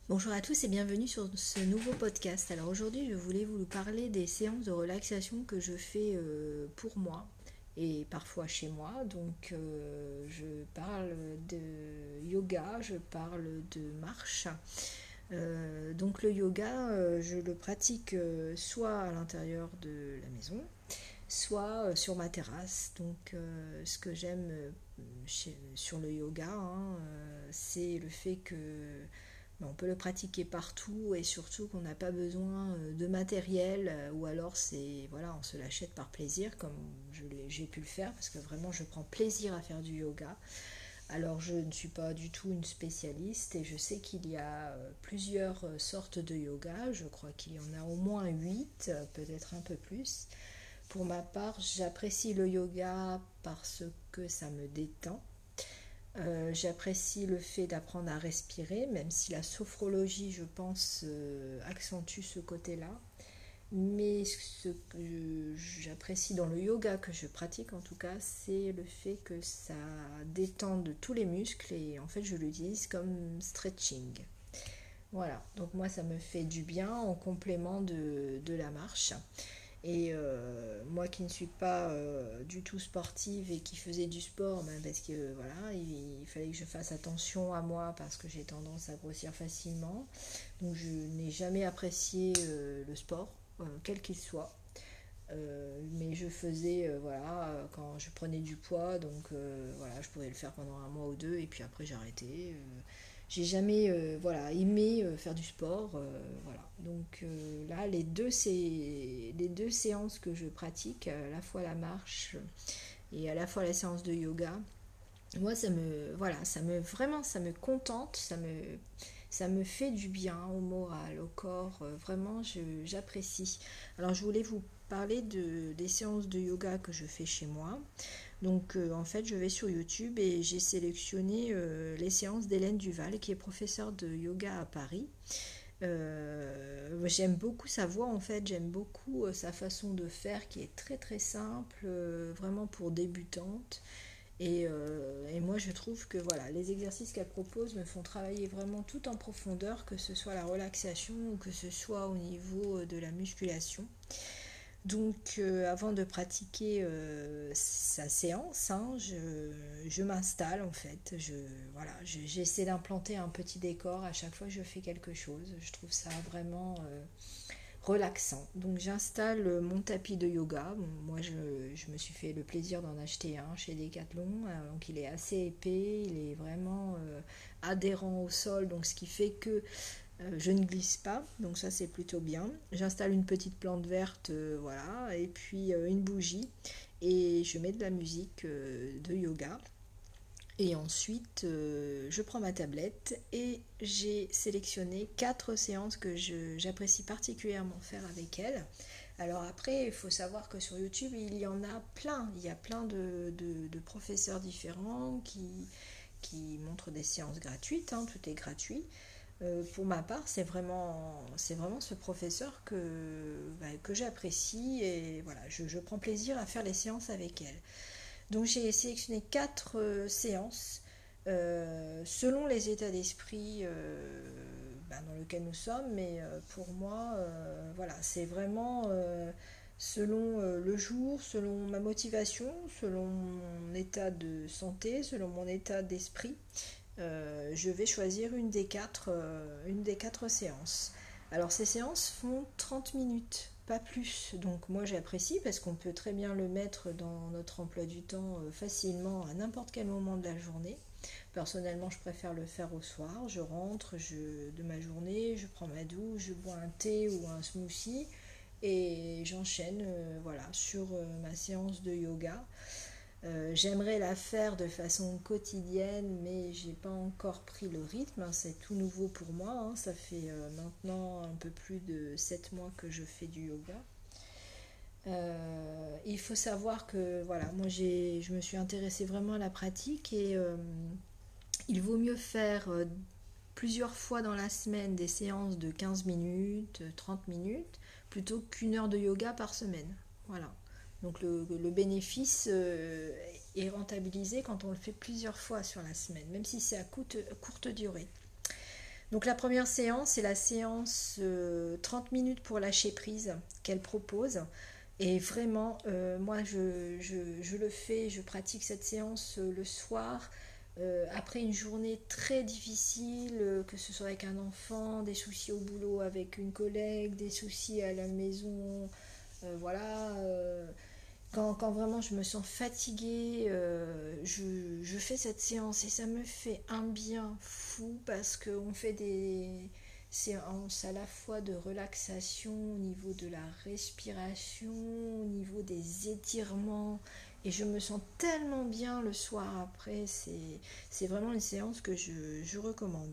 Bonjour à tous et bienvenue sur ce nouveau podcast. Alors aujourd'hui, je voulais vous parler des séances de relaxation que je fais pour moi et parfois chez moi. Donc je parle de yoga, je parle de marche. Donc le yoga, je le pratique soit à l'intérieur de la maison, soit sur ma terrasse. Donc ce que j'aime sur le yoga, c'est le fait que on peut le pratiquer partout et surtout qu'on n'a pas besoin de matériel ou alors c'est voilà, on se l'achète par plaisir comme j'ai pu le faire parce que vraiment je prends plaisir à faire du yoga. Alors je ne suis pas du tout une spécialiste et je sais qu'il y a plusieurs sortes de yoga, je crois qu'il y en a au moins 8, peut-être un peu plus. Pour ma part, j'apprécie le yoga parce que ça me détend. J'apprécie le fait d'apprendre à respirer, même si la sophrologie, je pense, accentue ce côté-là. Mais ce que j'apprécie dans le yoga que je pratique, en tout cas, c'est le fait que ça détende tous les muscles et en fait, je l'utilise comme stretching. Voilà, donc moi, ça me fait du bien en complément de la marche. Et moi qui ne suis pas du tout sportive et qui faisais du sport, ben parce que voilà, il fallait que je fasse attention à moi parce que j'ai tendance à grossir facilement. Donc je n'ai jamais apprécié le sport, quel qu'il soit. Mais je faisais, voilà, quand je prenais du poids, donc voilà, je pouvais le faire pendant un mois ou deux et puis après j'ai arrêté. J'ai jamais voilà, aimé faire du sport. Voilà. Donc là, les deux séances que je pratique, à la fois la marche et à la fois la séance de yoga, moi voilà, vraiment, ça me contente, ça me fait du bien au moral, au corps, vraiment, j'apprécie. Alors je voulais vous parler des séances de yoga que je fais chez moi. Donc en fait, je vais sur YouTube et j'ai sélectionné les séances d'Hélène Duval, qui est professeure de yoga à Paris. J'aime beaucoup sa voix en fait, j'aime beaucoup sa façon de faire qui est très très simple, vraiment pour débutantes. Et moi je trouve que voilà, les exercices qu'elle propose me font travailler vraiment tout en profondeur, que ce soit la relaxation ou que ce soit au niveau de la musculation. Donc avant de pratiquer sa séance, je m'installe en fait. Voilà, j'essaie d'implanter un petit décor à chaque fois que je fais quelque chose. Je trouve ça vraiment relaxant. Donc j'installe mon tapis de yoga. Bon, moi je me suis fait le plaisir d'en acheter un chez Decathlon. Donc il est assez épais, il est vraiment adhérent au sol. Donc ce qui fait que je ne glisse pas, donc ça c'est plutôt bien. J'installe une petite plante verte, voilà, et puis une bougie, et je mets de la musique de yoga. Et ensuite, je prends ma tablette et j'ai sélectionné 4 séances que j'apprécie particulièrement faire avec elle. Alors après, il faut savoir que sur YouTube, il y en a plein. Il y a plein de professeurs différents qui montrent des séances gratuites, hein, tout est gratuit. Pour ma part, c'est vraiment ce professeur que j'apprécie et voilà, je prends plaisir à faire les séances avec elle. Donc j'ai sélectionné 4 séances selon les états d'esprit dans lesquels nous sommes, mais pour moi, voilà, c'est vraiment selon le jour, selon ma motivation, selon mon état de santé, selon mon état d'esprit. Je vais choisir une des 4 séances. Alors ces séances font 30 minutes, pas plus. Donc moi j'apprécie parce qu'on peut très bien le mettre dans notre emploi du temps facilement à n'importe quel moment de la journée. Personnellement je préfère le faire au soir. Je rentre de ma journée, je prends ma douche, je bois un thé ou un smoothie et j'enchaîne voilà, sur ma séance de yoga. J'aimerais la faire de façon quotidienne, mais j'ai pas encore pris le rythme, hein. C'est tout nouveau pour moi, hein. Ça fait maintenant un peu plus de 7 mois que je fais du yoga. Il faut savoir que voilà, moi je me suis intéressée vraiment à la pratique et il vaut mieux faire plusieurs fois dans la semaine des séances de 15 minutes, 30 minutes, plutôt qu'1 heure de yoga par semaine. Voilà. Donc le bénéfice est rentabilisé quand on le fait plusieurs fois sur la semaine, même si c'est à courte durée. Donc la première séance, c'est la séance 30 minutes pour lâcher prise qu'elle propose. Et vraiment, moi, je le fais, je pratique cette séance le soir, après une journée très difficile, que ce soit avec un enfant, des soucis au boulot avec une collègue, des soucis à la maison, voilà. Quand vraiment je me sens fatiguée, je fais cette séance et ça me fait un bien fou parce qu'on fait des séances à la fois de relaxation au niveau de la respiration, au niveau des étirements et je me sens tellement bien le soir après. C'est vraiment une séance que je recommande.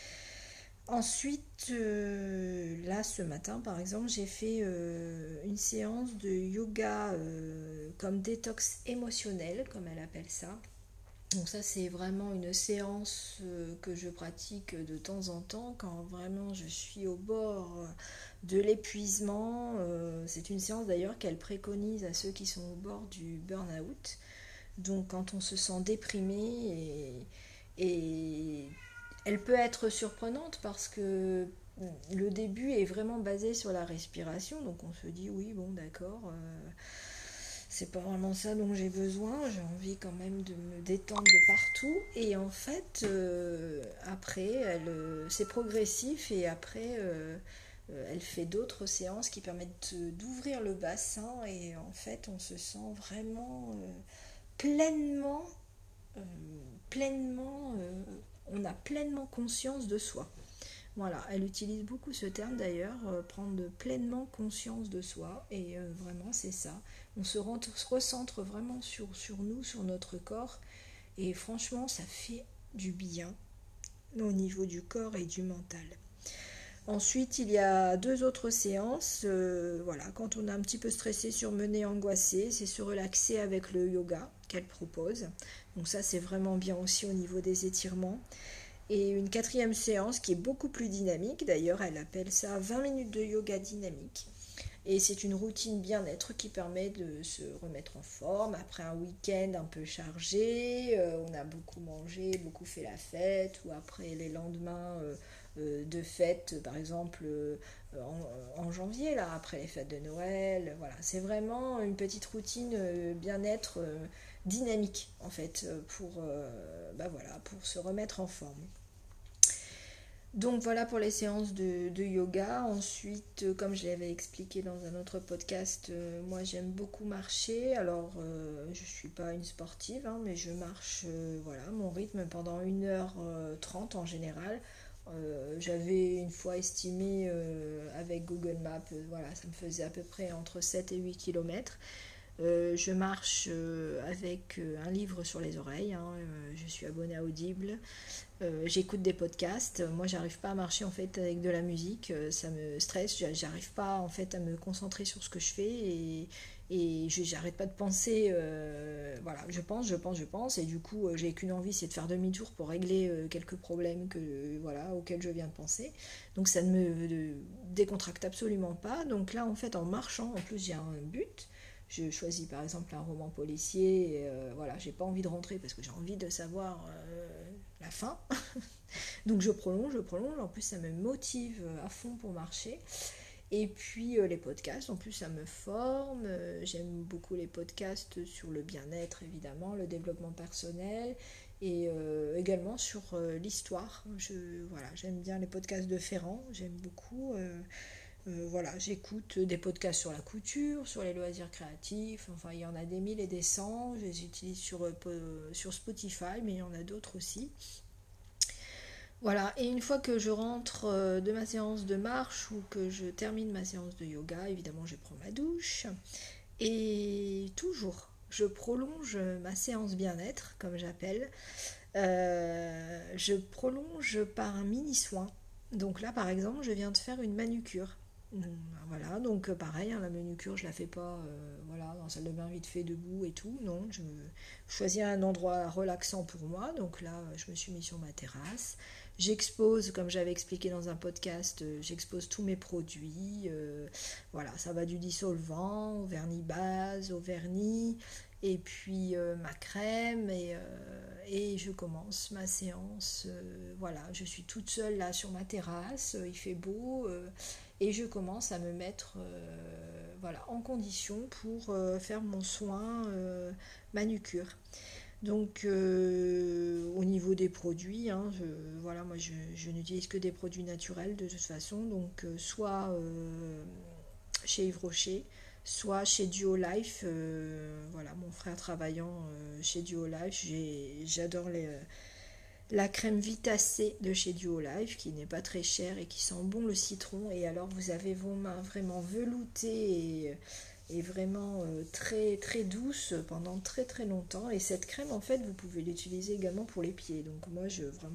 Ensuite, là ce matin par exemple, j'ai fait une séance de yoga comme détox émotionnel, comme elle appelle ça. Donc ça c'est vraiment une séance que je pratique de temps en temps quand vraiment je suis au bord de l'épuisement. C'est une séance d'ailleurs qu'elle préconise à ceux qui sont au bord du burn-out. Donc quand on se sent déprimé et elle peut être surprenante parce que le début est vraiment basé sur la respiration, donc on se dit oui bon d'accord, c'est pas vraiment ça dont j'ai besoin, j'ai envie quand même de me détendre de partout et en fait après c'est progressif et après elle fait d'autres séances qui permettent d'ouvrir le bassin et en fait on se sent vraiment pleinement, euh, pleinement, on a pleinement conscience de soi. Voilà, elle utilise beaucoup ce terme d'ailleurs, prendre pleinement conscience de soi, et vraiment c'est ça. On se recentre vraiment sur nous, sur notre corps, et franchement ça fait du bien au niveau du corps et du mental. Ensuite, il y a deux autres séances. Voilà, quand on est un petit peu stressé, surmené, angoissé, c'est se relaxer avec le yoga qu'elle propose. Donc ça, c'est vraiment bien aussi au niveau des étirements. Et une quatrième séance qui est beaucoup plus dynamique. D'ailleurs, elle appelle ça 20 minutes de yoga dynamique. Et c'est une routine bien-être qui permet de se remettre en forme après un week-end un peu chargé. On a beaucoup mangé, beaucoup fait la fête, ou après les lendemains de fête, par exemple en janvier, là, après les fêtes de Noël. Voilà, c'est vraiment une petite routine bien-être dynamique en fait voilà, pour se remettre en forme. Donc voilà pour les séances de yoga. Ensuite, comme je l'avais expliqué dans un autre podcast, moi j'aime beaucoup marcher. Alors je ne suis pas une sportive, hein, mais je marche voilà, mon rythme pendant 1h30 en général. J'avais une fois estimé avec Google Maps, voilà, ça me faisait à peu près entre 7 et 8 km. Je marche avec un livre sur les oreilles, hein, je suis abonnée à Audible. J'écoute des podcasts. Moi, j'arrive pas à marcher en fait avec de la musique. Ça me stresse. J'arrive pas en fait à me concentrer sur ce que je fais et j'arrête pas de penser. Voilà, je pense et du coup, j'ai qu'une envie, c'est de faire demi-tour pour régler quelques problèmes voilà auxquels je viens de penser. Donc ça ne me décontracte absolument pas. Donc là, en fait, en marchant, en plus, j'ai un but. Je choisis par exemple un roman policier, et, voilà, j'ai pas envie de rentrer parce que j'ai envie de savoir la fin. Donc je prolonge, en plus ça me motive à fond pour marcher. Et puis les podcasts, en plus ça me forme, j'aime beaucoup les podcasts sur le bien-être évidemment, le développement personnel et également sur l'histoire. Voilà, j'aime bien les podcasts de Ferrand, j'aime beaucoup. Voilà, j'écoute des podcasts sur la couture, sur les loisirs créatifs, enfin il y en a des mille et des cents, je les utilise sur Spotify, mais il y en a d'autres aussi. Voilà, et une fois que je rentre de ma séance de marche ou que je termine ma séance de yoga, évidemment je prends ma douche et toujours je prolonge ma séance bien-être, comme j'appelle. Je prolonge par un mini soin. Donc là par exemple, je viens de faire une manucure. Voilà, donc pareil, hein, la manucure, je la fais pas voilà, dans la salle de bain vite fait debout et tout. Non, je choisis un endroit relaxant pour moi. Donc là, je me suis mis sur ma terrasse. J'expose, comme j'avais expliqué dans un podcast, j'expose tous mes produits. Voilà, ça va du dissolvant au vernis base, au vernis. et puis ma crème, et je commence ma séance. Voilà, je suis toute seule là sur ma terrasse, il fait beau, et je commence à me mettre voilà, en condition pour faire mon soin manucure. Donc au niveau des produits, hein, voilà, moi je n'utilise que des produits naturels de toute façon, donc soit chez Yves Rocher, soit chez Duo Life. Voilà, mon frère travaillant chez Duo Life, j'adore la crème Vitacé de chez Duo Life, qui n'est pas très chère et qui sent bon le citron. Et alors vous avez vos mains vraiment veloutées et vraiment très très douces pendant très très longtemps. Et cette crème, en fait, vous pouvez l'utiliser également pour les pieds. Donc moi,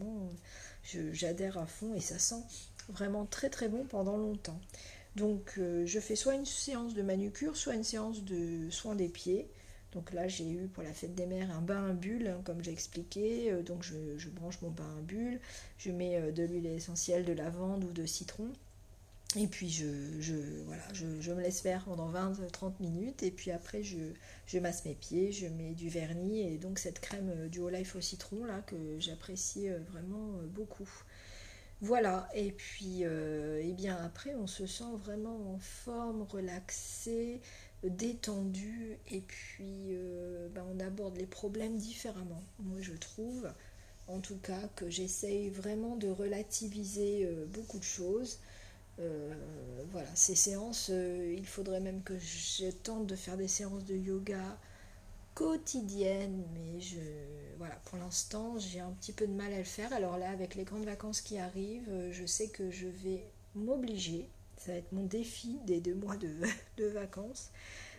j'adhère à fond, et ça sent vraiment très très bon pendant longtemps. Donc je fais soit une séance de manucure, soit une séance de soins des pieds. Donc là, j'ai eu pour la fête des mères un bain à bulles, hein, comme j'ai expliqué. Donc je branche mon bain à bulles, je mets de l'huile essentielle de lavande ou de citron. Et puis voilà, je me laisse faire pendant 20-30 minutes. Et puis après, je masse mes pieds, je mets du vernis. Et donc cette crème Duo Life au citron, là, que j'apprécie vraiment beaucoup. Voilà, et puis et bien après on se sent vraiment en forme, relaxé, détendu, et puis ben, on aborde les problèmes différemment. Moi je trouve en tout cas que j'essaye vraiment de relativiser beaucoup de choses. Euh, voilà, ces séances, il faudrait même que je tente de faire des séances de yoga quotidienne, mais voilà, pour l'instant, j'ai un petit peu de mal à le faire. Alors là, avec les grandes vacances qui arrivent, je sais que je vais m'obliger, ça va être mon défi des 2 mois de vacances,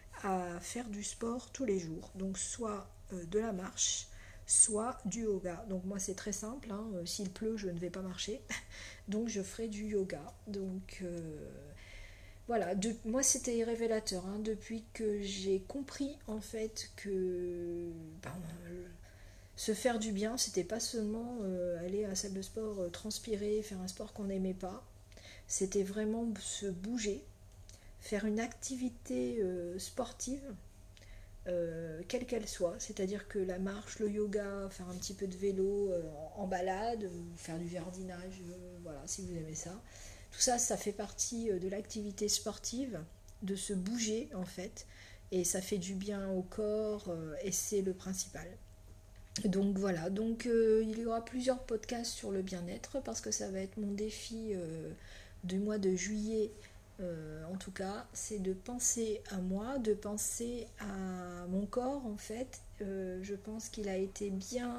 à faire du sport tous les jours. Donc soit de la marche, soit du yoga. Donc moi, c'est très simple, hein, s'il pleut, je ne vais pas marcher. Donc je ferai du yoga. Donc voilà, moi c'était révélateur, hein, depuis que j'ai compris en fait que ben, se faire du bien, c'était pas seulement aller à la salle de sport, transpirer, faire un sport qu'on n'aimait pas, c'était vraiment se bouger, faire une activité sportive, quelle qu'elle soit, c'est-à-dire que la marche, le yoga, faire un petit peu de vélo en balade, ou faire du jardinage, voilà, si vous aimez ça. Tout ça, ça fait partie de l'activité sportive, de se bouger en fait, et ça fait du bien au corps, et c'est le principal. Donc voilà, donc il y aura plusieurs podcasts sur le bien-être, parce que ça va être mon défi du mois de juillet. En tout cas, c'est de penser à moi, de penser à mon corps en fait. Je pense qu'il a été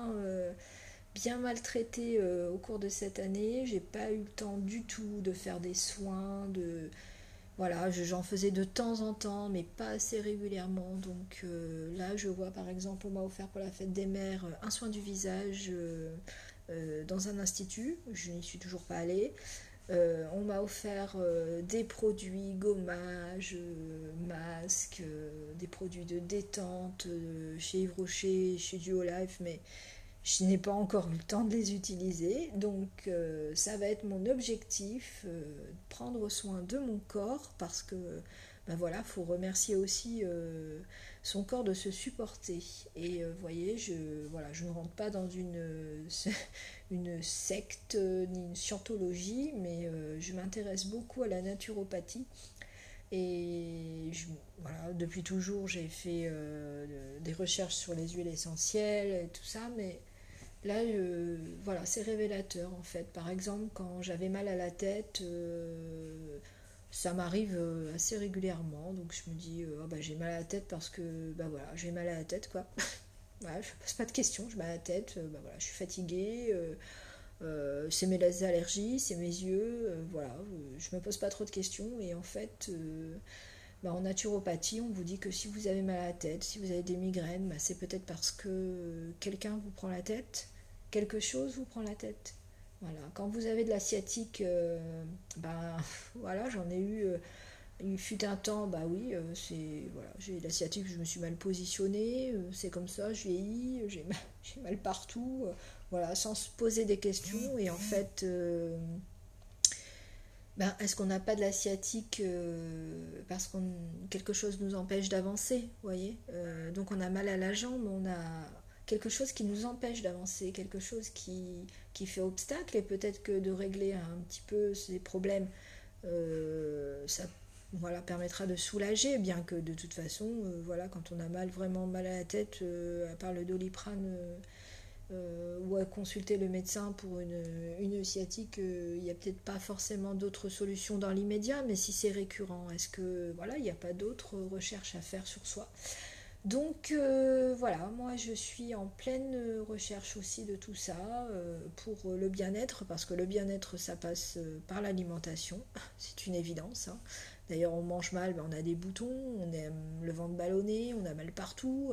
bien maltraité au cours de cette année. J'ai pas eu le temps du tout de faire des soins, voilà, j'en faisais de temps en temps, mais pas assez régulièrement. Donc là, je vois par exemple, on m'a offert pour la fête des mères un soin du visage dans un institut. Je n'y suis toujours pas allée. On m'a offert des produits, gommage, masques, des produits de détente chez Yves Rocher, chez Duo Life, mais je n'ai pas encore eu le temps de les utiliser. Donc ça va être mon objectif, prendre soin de mon corps, parce que ben voilà, faut remercier aussi son corps de se supporter. Et vous voyez, voilà, je ne rentre pas dans une secte ni une scientologie, mais je m'intéresse beaucoup à la naturopathie. Et voilà, depuis toujours, j'ai fait des recherches sur les huiles essentielles et tout ça, mais là, voilà, c'est révélateur en fait. Par exemple, quand j'avais mal à la tête, ça m'arrive assez régulièrement. Donc je me dis, oh, bah, j'ai mal à la tête parce que bah, voilà, j'ai mal à la tête quoi. Voilà, je ne pose pas de questions, j'ai mal à la tête, bah, voilà, je suis fatiguée, c'est mes allergies, c'est mes yeux, voilà, je me pose pas trop de questions. Et en fait, bah, en naturopathie, on vous dit que si vous avez mal à la tête, si vous avez des migraines, bah, c'est peut-être parce que quelqu'un vous prend la tête, quelque chose vous prend la tête. Voilà. Quand vous avez de la sciatique, bah, voilà, j'en ai eu. Il fut un temps, bah oui, voilà, j'ai de la sciatique, je me suis mal positionnée, c'est comme ça, je vieillis, j'ai mal partout, voilà, sans se poser des questions. Et en fait, Ben, est-ce qu'on n'a pas de la sciatique parce que quelque chose nous empêche d'avancer, vous voyez? Donc on a mal à la jambe, on a quelque chose qui nous empêche d'avancer, quelque chose qui fait obstacle, et peut-être que de régler un petit peu ces problèmes, ça voilà, permettra de soulager, bien que de toute façon, voilà, quand on a mal, vraiment mal à la tête, à part le Doliprane, ou à consulter le médecin pour une sciatique, il n'y a peut-être pas forcément d'autres solutions dans l'immédiat, mais si c'est récurrent, est-ce que voilà, il n'y a pas d'autres recherches à faire sur soi? Donc voilà, moi je suis en pleine recherche aussi de tout ça pour le bien-être, parce que le bien-être ça passe par l'alimentation, c'est une évidence, hein. D'ailleurs on mange mal, ben, on a des boutons, on a le ventre ballonné, on a mal partout.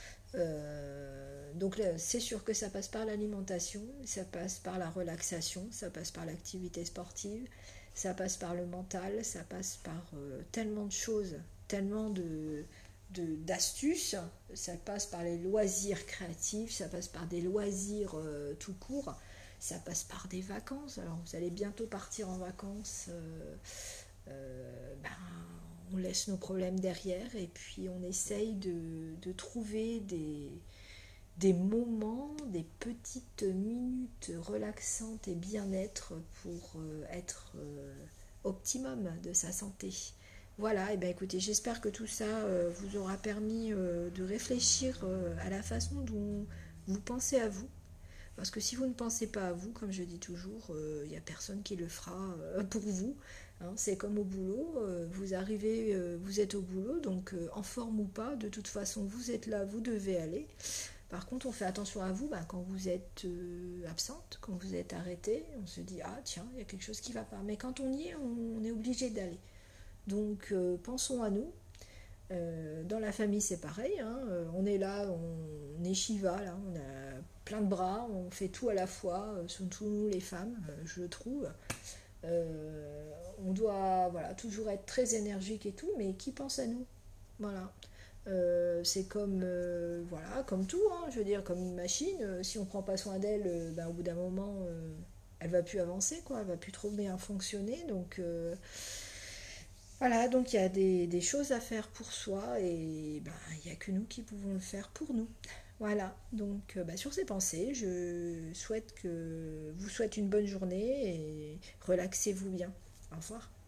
Donc c'est sûr que ça passe par l'alimentation, ça passe par la relaxation, ça passe par l'activité sportive, ça passe par le mental, ça passe par tellement de choses, tellement d'astuces, ça passe par les loisirs créatifs, ça passe par des loisirs tout court, ça passe par des vacances. Alors vous allez bientôt partir en vacances, ben, on laisse nos problèmes derrière et puis on essaye de trouver des moments, des petites minutes relaxantes et bien-être pour être optimum de sa santé. Voilà, et bien écoutez, j'espère que tout ça vous aura permis de réfléchir à la façon dont vous pensez à vous. Parce que si vous ne pensez pas à vous, comme je dis toujours, il n'y a personne qui le fera pour vous. Hein. C'est comme au boulot, vous arrivez, vous êtes au boulot, donc en forme ou pas, de toute façon vous êtes là, vous devez aller. Par contre, on fait attention à vous quand vous êtes absente, quand vous êtes arrêté, on se dit ah tiens, il y a quelque chose qui ne va pas. Mais quand on y est, on est obligé d'aller. Donc pensons à nous. Dans la famille, c'est pareil, hein. On est là, on est Shiva, là, on a plein de bras, on fait tout à la fois, surtout nous les femmes, je trouve. On doit voilà, toujours être très énergique et tout, mais qui pense à nous? Voilà. C'est comme, voilà, comme tout, hein, je veux dire, comme une machine. Si on prend pas soin d'elle, ben, au bout d'un moment, elle va plus avancer, quoi, elle va plus trop bien fonctionner. Donc voilà, donc il y a des choses à faire pour soi et ben, il n'y a que nous qui pouvons le faire pour nous. Voilà, donc bah, sur ces pensées, je souhaite que vous souhaite une bonne journée et relaxez-vous bien. Au revoir.